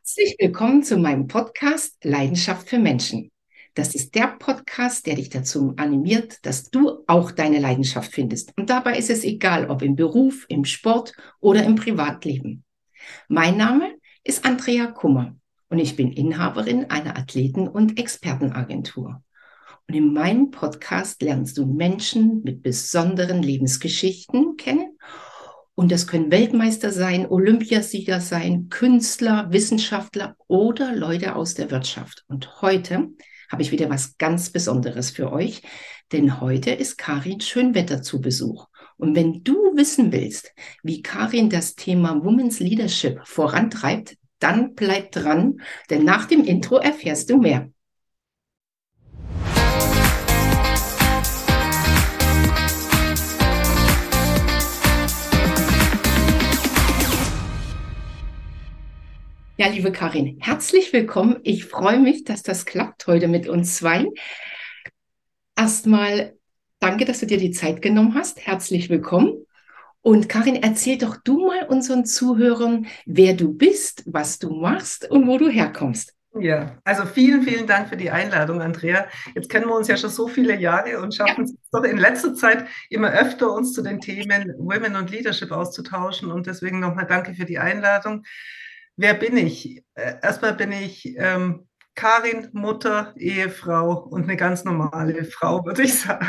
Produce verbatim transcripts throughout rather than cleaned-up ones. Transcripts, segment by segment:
Herzlich willkommen zu meinem Podcast Leidenschaft für Menschen. Das ist der Podcast, der dich dazu animiert, dass du auch deine Leidenschaft findest. Und dabei ist es egal, ob im Beruf, im Sport oder im Privatleben. Mein Name ist Andrea Kummer und ich bin Inhaberin einer Athleten- und Expertenagentur. Und in meinem Podcast lernst du Menschen mit besonderen Lebensgeschichten kennen. Und das können Weltmeister sein, Olympiasieger sein, Künstler, Wissenschaftler oder Leute aus der Wirtschaft. Und heute habe ich wieder was ganz Besonderes für euch, denn heute ist Karin Schönwetter zu Besuch. Und wenn du wissen willst, wie Karin das Thema Women's Leadership vorantreibt, dann bleib dran, denn nach dem Intro erfährst du mehr. Ja, liebe Karin, herzlich willkommen. Ich freue mich, dass das klappt heute mit uns zwei. Erstmal danke, dass du dir die Zeit genommen hast. Herzlich willkommen. Und Karin, erzähl doch du mal unseren Zuhörern, wer du bist, was du machst und wo du herkommst. Ja, also vielen, vielen Dank für die Einladung, Andrea. Jetzt kennen wir uns ja schon so viele Jahre und Ja. schaffen es doch in letzter Zeit immer öfter, uns zu den Themen Women und Leadership auszutauschen. Und deswegen nochmal danke für die Einladung. Wer bin ich? Erstmal bin ich ähm, Karin, Mutter, Ehefrau und eine ganz normale Frau, würde ich sagen.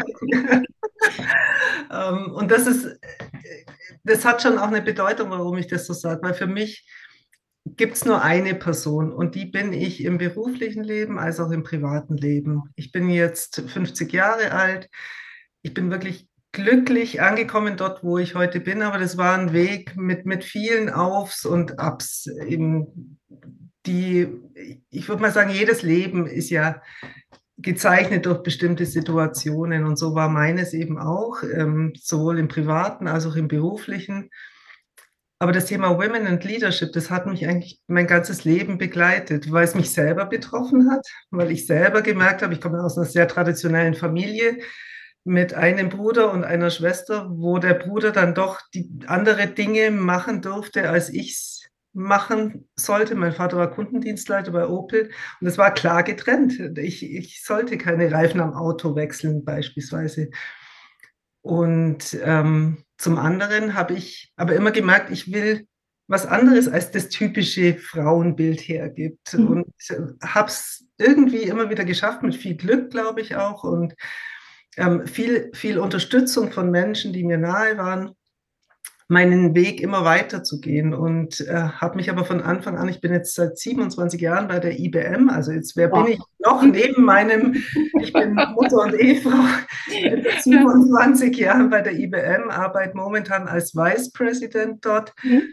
ähm, und das ist, das hat schon auch eine Bedeutung, warum ich das so sage, weil für mich gibt es nur eine Person und die bin ich im beruflichen Leben als auch im privaten Leben. Ich bin jetzt fünfzig Jahre alt. Ich bin wirklich glücklich angekommen dort, wo ich heute bin, aber das war ein Weg mit, mit vielen Aufs und Abs. In die, ich würde mal sagen, jedes Leben ist ja gezeichnet durch bestimmte Situationen und so war meines eben auch, ähm, sowohl im privaten als auch im beruflichen. Aber das Thema Women and Leadership, das hat mich eigentlich mein ganzes Leben begleitet, weil es mich selber betroffen hat, weil ich selber gemerkt habe, ich komme aus einer sehr traditionellen Familie mit einem Bruder und einer Schwester, wo der Bruder dann doch die andere Dinge machen durfte, als ich es machen sollte. Mein Vater war Kundendienstleiter bei Opel und es war klar getrennt. Ich, ich sollte keine Reifen am Auto wechseln beispielsweise. Und ähm, zum anderen habe ich aber immer gemerkt, ich will was anderes, als das typische Frauenbild hergibt. Mhm. Und habe es irgendwie immer wieder geschafft, mit viel Glück, glaube ich auch, und ähm, viel, viel Unterstützung von Menschen, die mir nahe waren, meinen Weg immer weiter zu gehen und äh, habe mich aber von Anfang an, ich bin jetzt seit siebenundzwanzig Jahren bei der I B M, also jetzt, wer bin ich noch neben meinem, ich bin Mutter und Ehefrau, bin seit siebenundzwanzig Jahren bei der I B M, arbeite momentan als Vice President dort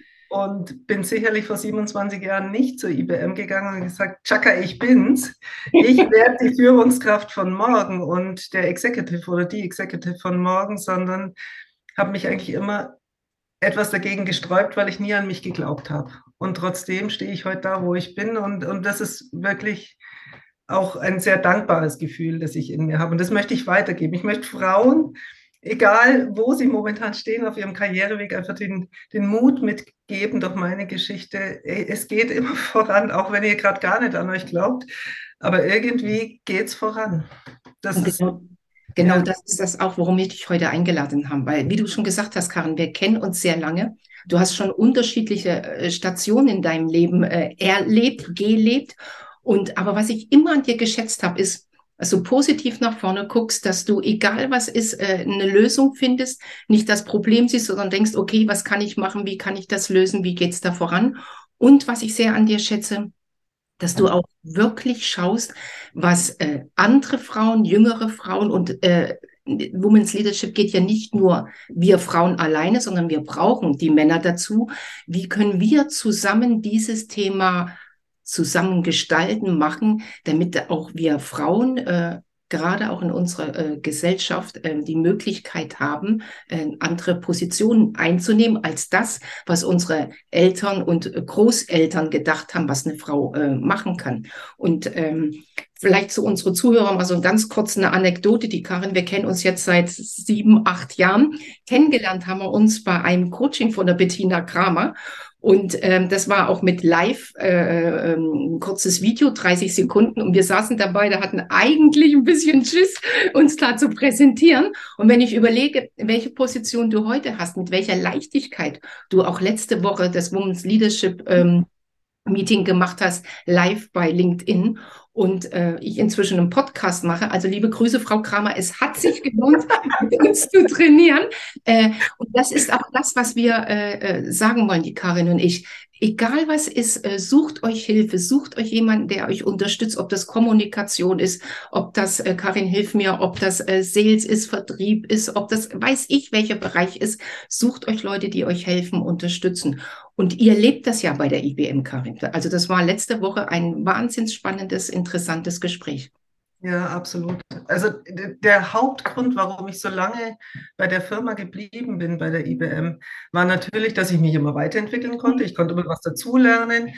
und bin sicherlich vor siebenundzwanzig Jahren nicht zur I B M gegangen und gesagt, Chaka, ich bin's, ich werde die Führungskraft von morgen und der Executive oder die Executive von morgen, sondern habe mich eigentlich immer etwas dagegen gesträubt, weil ich nie an mich geglaubt habe. Und trotzdem stehe ich heute da, wo ich bin. Und, und das ist wirklich auch ein sehr dankbares Gefühl, das ich in mir habe. Und das möchte ich weitergeben. Ich möchte Frauen, egal wo sie momentan stehen auf ihrem Karriereweg, einfach den, den Mut mitgeben durch meine Geschichte. Es geht immer voran, auch wenn ihr gerade gar nicht an euch glaubt. Aber irgendwie geht es voran. Das Und ist, genau, genau ja. das ist das auch, warum wir dich heute eingeladen haben. Weil, wie du schon gesagt hast, Karin, wir kennen uns sehr lange. Du hast schon unterschiedliche äh, Stationen in deinem Leben äh, erlebt, gelebt. Und aber was ich immer an dir geschätzt habe, ist, dass du positiv nach vorne guckst, dass du, egal was ist, äh, eine Lösung findest, nicht das Problem siehst, sondern denkst, okay, was kann ich machen, wie kann ich das lösen, wie geht's da voran? Und was ich sehr an dir schätze, dass du auch wirklich schaust, was äh, andere Frauen, jüngere Frauen und äh, Women's Leadership geht ja nicht nur wir Frauen alleine, sondern wir brauchen die Männer dazu. Wie können wir zusammen dieses Thema zusammen gestalten, machen, damit auch wir Frauen äh, gerade auch in unserer äh, Gesellschaft äh, die Möglichkeit haben, äh, andere Positionen einzunehmen als das, was unsere Eltern und Großeltern gedacht haben, was eine Frau äh, machen kann. Und ähm, vielleicht zu unsere Zuhörer mal so ganz kurz eine Anekdote. Die Karin, wir kennen uns jetzt seit sieben, acht Jahren. Kennengelernt haben wir uns bei einem Coaching von der Bettina Kramer. Und ähm, das war auch mit live, äh, ähm, ein kurzes Video, dreißig Sekunden. Und wir saßen dabei, da hatten eigentlich ein bisschen Schiss, uns da zu präsentieren. Und wenn ich überlege, welche Position du heute hast, mit welcher Leichtigkeit du auch letzte Woche das Women's Leadership ähm, Meeting gemacht hast, live bei LinkedIn und äh, ich inzwischen einen Podcast mache. Also liebe Grüße, Frau Kramer, es hat sich gelohnt, mit uns zu trainieren. Äh, und das ist auch das, was wir äh, äh, sagen wollen, die Karin und ich. Egal was ist, äh, sucht euch Hilfe, sucht euch jemanden, der euch unterstützt, ob das Kommunikation ist, ob das, äh, Karin, hilf mir, ob das äh, Sales ist, Vertrieb ist, ob das, weiß ich, welcher Bereich ist. Sucht euch Leute, die euch helfen, unterstützen. Und ihr lebt das ja bei der I B M, Karin. Also das war letzte Woche ein wahnsinnig spannendes, interessantes Gespräch. Ja, absolut. Also d- der Hauptgrund, warum ich so lange bei der Firma geblieben bin, bei der I B M, war natürlich, dass ich mich immer weiterentwickeln konnte. Ich konnte immer was dazulernen.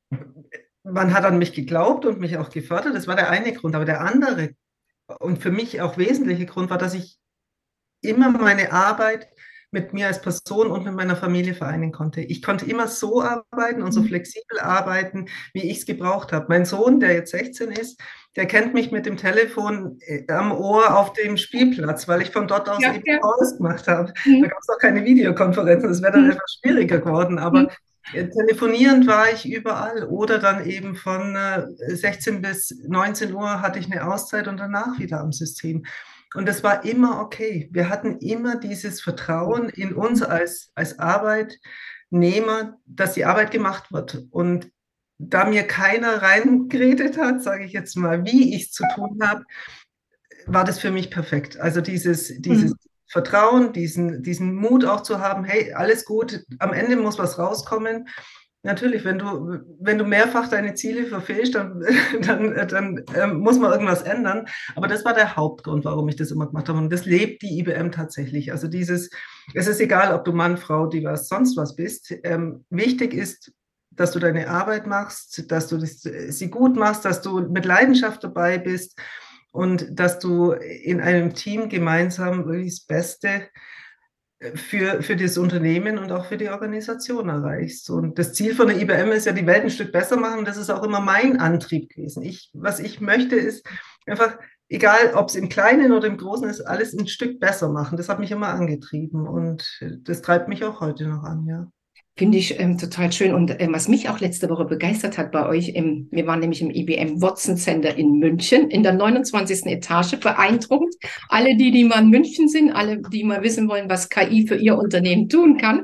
Man hat an mich geglaubt und mich auch gefördert. Das war der eine Grund. Aber der andere und für mich auch wesentliche Grund war, dass ich immer meine Arbeit mit mir als Person und mit meiner Familie vereinen konnte. Ich konnte immer so arbeiten und so flexibel arbeiten, wie ich es gebraucht habe. Mein Sohn, der jetzt sechzehn ist, der kennt mich mit dem Telefon äh, am Ohr auf dem Spielplatz, weil ich von dort aus Ja, eben ja. Calls gemacht habe. Da Mhm. gab es auch keine Videokonferenzen, das wäre dann Mhm. etwas schwieriger geworden. Mhm. Aber äh, telefonierend war ich überall oder dann eben von äh, sechzehn bis neunzehn Uhr hatte ich eine Auszeit und danach wieder am System. Und das war immer okay. Wir hatten immer dieses Vertrauen in uns als, als Arbeitnehmer, dass die Arbeit gemacht wird. Und da mir keiner reingeredet hat, sage ich jetzt mal, wie ich es zu tun habe, war das für mich perfekt. Also dieses, dieses Mhm. Vertrauen, diesen, diesen Mut auch zu haben, hey, alles gut, am Ende muss was rauskommen. Natürlich, wenn du, wenn du mehrfach deine Ziele verfehlst, dann, dann, dann ähm, muss man irgendwas ändern. Aber das war der Hauptgrund, warum ich das immer gemacht habe. Und das lebt die I B M tatsächlich. Also dieses, es ist egal, ob du Mann, Frau, divers, sonst was bist. Ähm, wichtig ist, dass du deine Arbeit machst, dass du das, sie gut machst, dass du mit Leidenschaft dabei bist und dass du in einem Team gemeinsam wirklich das Beste für, für das Unternehmen und auch für die Organisation erreichst. Und das Ziel von der I B M ist ja, die Welt ein Stück besser machen. Das ist auch immer mein Antrieb gewesen. Ich, was ich möchte, ist einfach, egal ob es im Kleinen oder im Großen ist, alles ein Stück besser machen. Das hat mich immer angetrieben und das treibt mich auch heute noch an, ja. Finde ich ähm, total schön. Und ähm, was mich auch letzte Woche begeistert hat bei euch, im, wir waren nämlich im I B M Watson Center in München in der neunundzwanzigsten Etage, beeindruckend. Alle die, die mal in München sind, alle, die mal wissen wollen, was K I für ihr Unternehmen tun kann,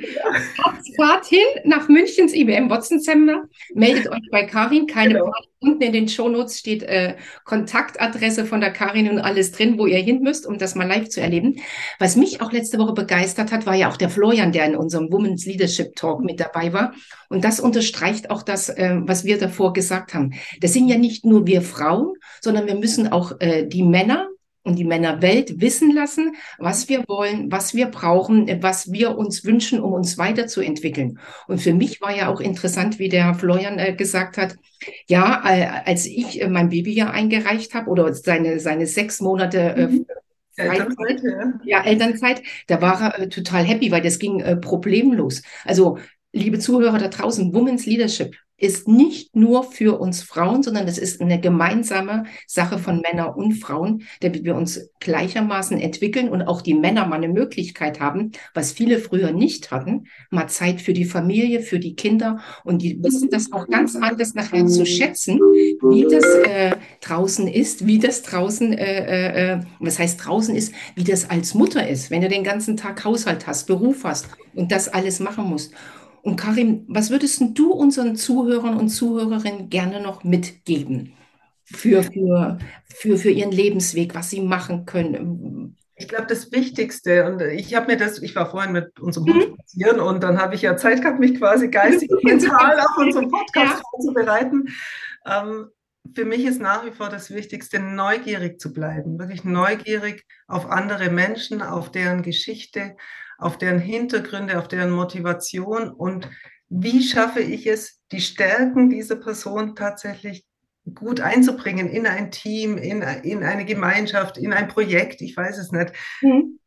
fahrt hin nach Münchens I B M Watson Center, meldet euch bei Karin, keine Genau. Panik. Unten in den Shownotes steht äh, Kontaktadresse von der Karin und alles drin, wo ihr hin müsst, um das mal live zu erleben. Was mich auch letzte Woche begeistert hat, war ja auch der Florian, der in unserem Women's Leadership Talk mit dabei war. Und das unterstreicht auch das, äh, was wir davor gesagt haben. Das sind ja nicht nur wir Frauen, sondern wir müssen auch äh, die Männer und die Männerwelt wissen lassen, was wir wollen, was wir brauchen, was wir uns wünschen, um uns weiterzuentwickeln. Und für mich war ja auch interessant, wie der Florian äh, gesagt hat, ja, äh, als ich äh, mein Baby ja eingereicht habe oder seine, seine sechs Monate äh, Mhm. Freizeit, Elternzeit, ja. ja, Elternzeit, da war er äh, total happy, weil das ging äh, problemlos. Also, liebe Zuhörer da draußen, Women's Leadership ist nicht nur für uns Frauen, sondern es ist eine gemeinsame Sache von Männern und Frauen, damit wir uns gleichermaßen entwickeln und auch die Männer mal eine Möglichkeit haben, was viele früher nicht hatten, mal Zeit für die Familie, für die Kinder und die wissen das auch ganz anders nachher zu schätzen, wie das äh, draußen ist, wie das draußen, äh, äh, was heißt draußen ist, wie das als Mutter ist, wenn du den ganzen Tag Haushalt hast, Beruf hast und das alles machen musst. Und Karim, was würdest denn du unseren Zuhörern und Zuhörerinnen gerne noch mitgeben für, für, für, für ihren Lebensweg, was sie machen können? Ich glaube, das Wichtigste, und ich habe mir das, ich war vorhin mit unserem Hund Mhm. spazieren und dann habe ich ja Zeit gehabt, mich quasi geistig und mental auf unseren Podcast Ja. vorzubereiten. Ähm, für mich ist nach wie vor das Wichtigste, neugierig zu bleiben, wirklich neugierig auf andere Menschen, auf deren Geschichte, auf deren Hintergründe, auf deren Motivation und wie schaffe ich es, die Stärken dieser Person tatsächlich gut einzubringen in ein Team, in, in eine Gemeinschaft, in ein Projekt, ich weiß es nicht. Mhm.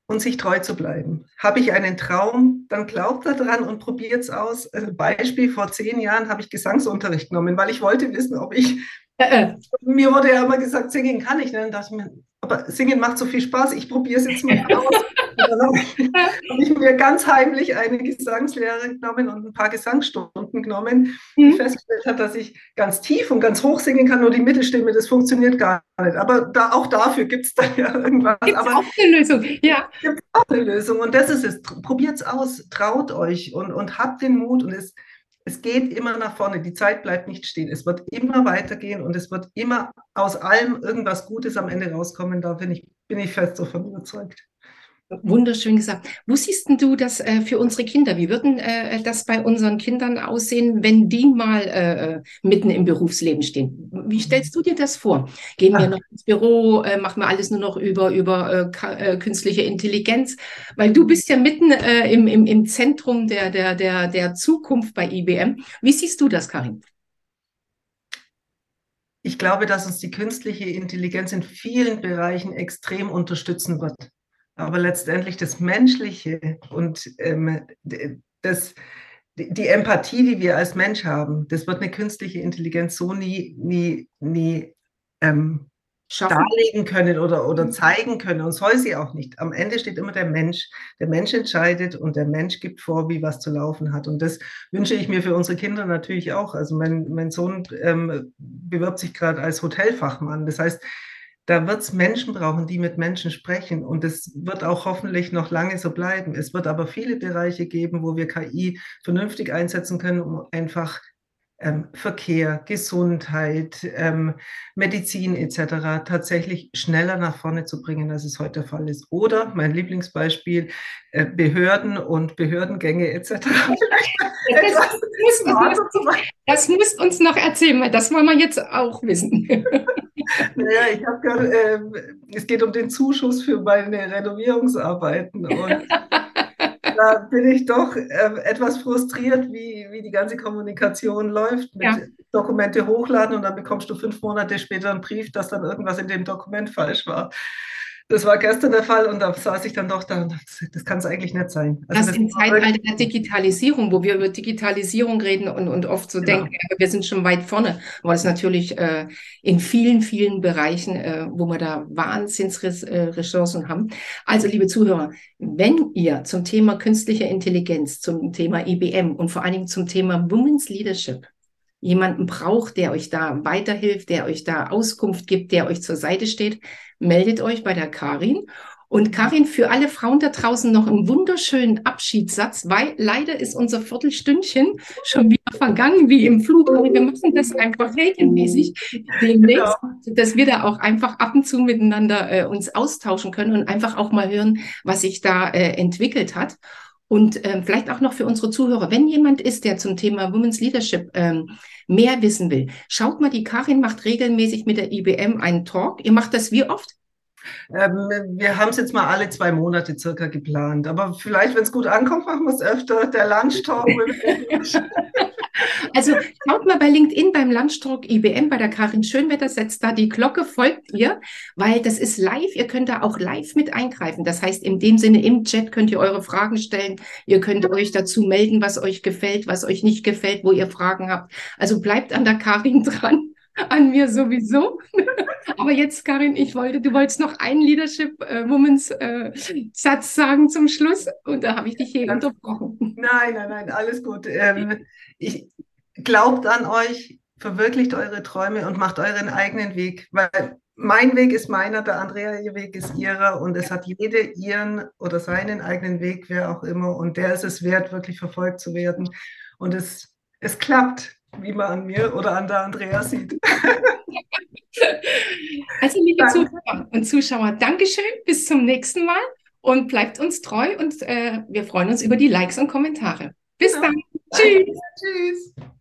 und sich treu zu bleiben. Habe ich einen Traum, dann glaubt daran und probiert es aus. Also Beispiel, vor zehn Jahren habe ich Gesangsunterricht genommen, weil ich wollte wissen, ob ich, Äh, äh. mir wurde ja immer gesagt, singen kann ich. Dann dachte ich mir, aber singen macht so viel Spaß, ich probiere es jetzt mal aus. Und dann habe ich, habe ich mir ganz heimlich eine Gesangslehre genommen und ein paar Gesangsstunden genommen, die Hm. festgestellt hat, dass ich ganz tief und ganz hoch singen kann, nur die Mittelstimme, das funktioniert gar nicht. Aber da, auch dafür gibt es dann ja irgendwas. Gibt es Aber auch eine Lösung? Ja. es gibt auch eine Lösung und das ist es. Probiert es aus, traut euch und, und habt den Mut und es, es geht immer nach vorne. Die Zeit bleibt nicht stehen. Es wird immer weitergehen und es wird immer aus allem irgendwas Gutes am Ende rauskommen. Da bin ich, bin ich fest davon überzeugt. Wunderschön gesagt. Wo siehst denn du das äh, für unsere Kinder? Wie würden äh, das bei unseren Kindern aussehen, wenn die mal äh, mitten im Berufsleben stehen? Wie stellst du dir das vor? Gehen wir Ah, noch ins Büro? Äh, machen wir alles nur noch über, über äh, ka- äh, künstliche Intelligenz? Weil du bist ja mitten äh, im, im, im Zentrum der, der, der, der Zukunft bei I B M. Wie siehst du das, Karin? ich glaube, dass uns die künstliche Intelligenz in vielen Bereichen extrem unterstützen wird. Aber letztendlich das Menschliche und ähm, das, die Empathie, die wir als Mensch haben, das wird eine künstliche Intelligenz so nie, nie, nie ähm, Schaffen? darlegen können oder, oder zeigen können und soll sie auch nicht. Am Ende steht immer der Mensch. Der Mensch entscheidet und der Mensch gibt vor, wie was zu laufen hat. Und das wünsche ich mir für unsere Kinder natürlich auch. Also mein, mein Sohn ähm, bewirbt sich gerade als Hotelfachmann. Das heißt, da wird es Menschen brauchen, die mit Menschen sprechen. Und es wird auch hoffentlich noch lange so bleiben. Es wird aber viele Bereiche geben, wo wir K I vernünftig einsetzen können, um einfach ähm, Verkehr, Gesundheit, ähm, Medizin et cetera tatsächlich schneller nach vorne zu bringen, als es heute der Fall ist. Oder mein Lieblingsbeispiel, äh, Behörden und Behördengänge et cetera Das, etwas muss, das, smarter zu muss, machen. das musst uns noch erzählen, weil das wollen wir jetzt auch wissen. Naja, ich habe gehört, äh, es geht um den Zuschuss für meine Renovierungsarbeiten und da bin ich doch äh, etwas frustriert, wie, wie die ganze Kommunikation läuft Ja. mit Dokumente hochladen und dann bekommst du fünf Monate später einen Brief, dass dann irgendwas in dem Dokument falsch war. Das war gestern der Fall und da saß ich dann doch da und dachte, das kann es eigentlich nicht sein. Also Das das im war Zeitalter wirklich, der Digitalisierung, wo wir über Digitalisierung reden und, und oft so genau. denken, äh, wir sind schon weit vorne, aber es natürlich äh, in vielen, vielen Bereichen, äh, wo wir da Wahnsinnsressourcen haben. Also, liebe Zuhörer, wenn ihr zum Thema künstliche Intelligenz, zum Thema I B M und vor allen Dingen zum Thema Women's Leadership jemanden braucht, der euch da weiterhilft, der euch da Auskunft gibt, der euch zur Seite steht, meldet euch bei der Karin. Und Karin, für alle Frauen da draußen noch einen wunderschönen Abschiedssatz, weil leider ist unser Viertelstündchen schon wieder vergangen wie im Flug. Aber wir machen das einfach regelmäßig Genau. demnächst, dass wir da auch einfach ab und zu miteinander äh, uns austauschen können und einfach auch mal hören, was sich da äh, entwickelt hat. Und ähm, vielleicht auch noch für unsere Zuhörer, wenn jemand ist, der zum Thema Women's Leadership ähm, mehr wissen will, schaut mal, die Karin macht regelmäßig mit der I B M einen Talk. Ihr macht das wie oft? Ähm, wir haben es jetzt mal alle zwei Monate circa geplant, aber vielleicht, wenn es gut ankommt, machen wir es öfter. Der Lunch Talk with English. Also schaut mal bei LinkedIn beim Lunchtalk I B M bei der Karin Schönwetter, setzt da die Glocke, folgt ihr, weil das ist live. Ihr könnt da auch live mit eingreifen. Das heißt, in dem Sinne im Chat könnt ihr eure Fragen stellen. Ihr könnt euch dazu melden, was euch gefällt, was euch nicht gefällt, wo ihr Fragen habt. Also bleibt an der Karin dran. An mir sowieso. Aber jetzt, Karin, ich wollte, du wolltest noch einen Leadership äh, Womans äh, Satz sagen zum Schluss und da habe ich dich hier unterbrochen. Nein, nein, nein, alles gut. Ähm, ich, glaubt an euch, verwirklicht eure Träume und macht euren eigenen Weg, weil mein Weg ist meiner, der Andrea, ihr Weg ist ihrer und es hat jede ihren oder seinen eigenen Weg, wer auch immer, und der ist es wert, wirklich verfolgt zu werden. Und es, es klappt, wie man an mir oder an der Andrea sieht. Also, liebe Danke. Zuhörer und Zuschauer, Dankeschön, bis zum nächsten Mal und bleibt uns treu und äh, wir freuen uns über die Likes und Kommentare. Bis Genau. dann. Danke. Tschüss. Tschüss.